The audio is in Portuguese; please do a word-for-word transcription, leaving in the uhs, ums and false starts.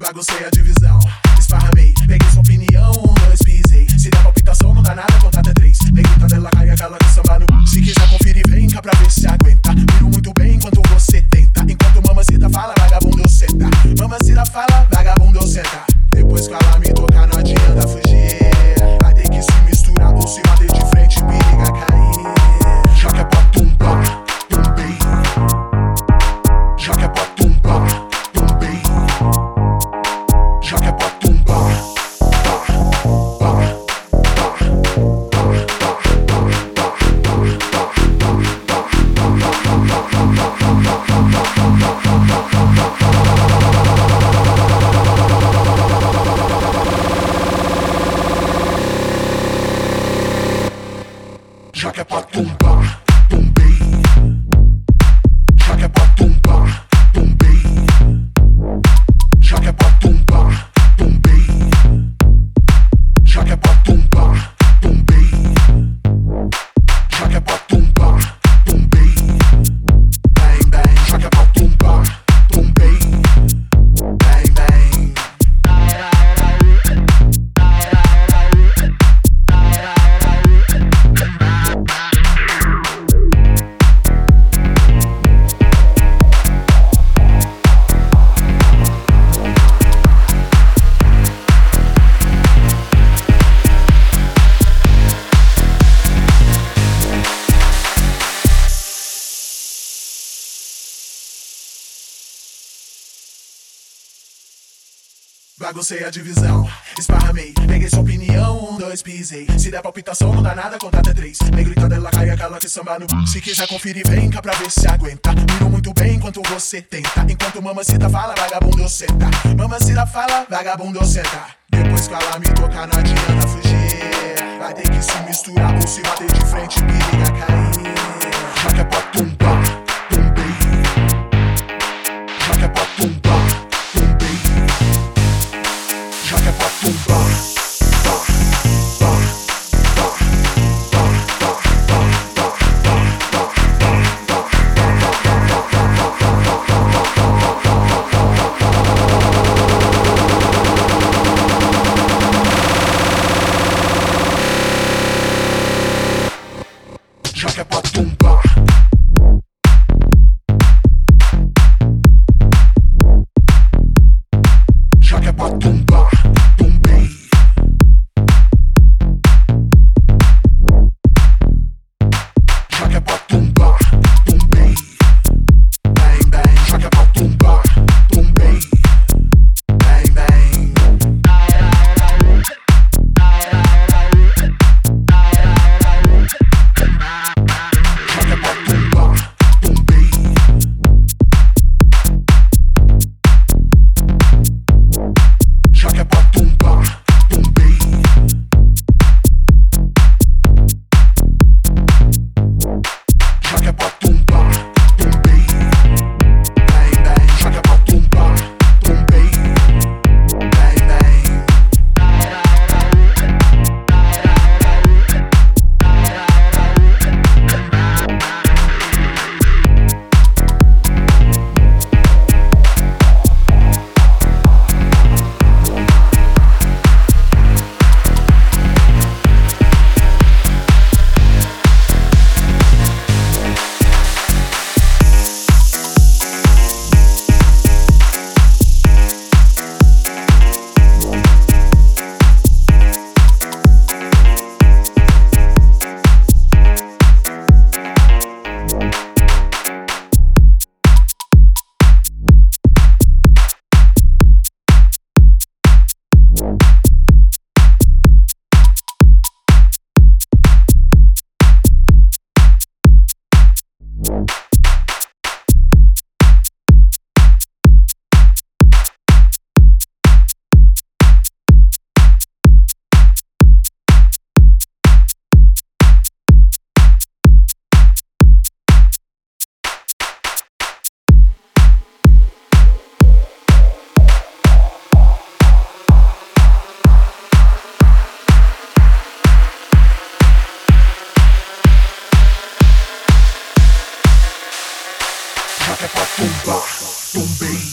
Baguncei a divisão, esparramei, peguei sua opinião, um, dois, pisei. Se der palpitação não dá nada, conta até três. Negrita dela cai aquela que samba no. Se quiser conferir, vem cá pra ver se aguenta. Miro muito bem enquanto você tenta. Enquanto mamacita fala, vagabundo senta. Mamacita fala, vagabundo senta. Depois que ela me tocar não adianta fugir. Vai ter que se misturar ou se bater de frente, periga cair. Já que é pra tumbar, tumbei. Já que é pra tumbar, tumbei. Já que é pra tumbar. Já que é pra tumbar, tumbei. Já que é pra tumbar, tumbei. Já que é pra tumbar, tumbei. Já que é pra tumbar, tumbei. Já que é pra tumbar, tumbei. Bem, bem, já que é pra tumbar, tumbei. Bem, bem. Baguncei a divisão, esparramei, peguei sua opinião, um, dois, pisei. Se der palpitação não dá nada, conta até três. Negrita dela cai aquela que samba no. Se quiser conferir, vem cá pra ver se aguenta. Miro muito bem enquanto você tenta. Enquanto mamacita fala, vagabundo senta. Mamacita fala, vagabundo senta. Depois que ela me tocar não adianta fugir. Vai ter que se misturar ou se bater de frente, periga cair. Já que é pra tumbar, tumbei. Já que é pra tumbar, tumbei. Já que é pra tumbar. Já que é pra tumbar. Já que é pra tumbar, tumbei. Já que é pra tumbar, tumbei. Bem, bem, já que é pra tumbar, tumbei. Bem, bem. Já que é pra tumbar, tumbei. Já que é pra tumbar, tumbei. Já que é pra tumbar, tumbei. Bem, bem, já que é pra tumbar, tumbei. Bem, bem. Já que é pra tumbar, tumbei.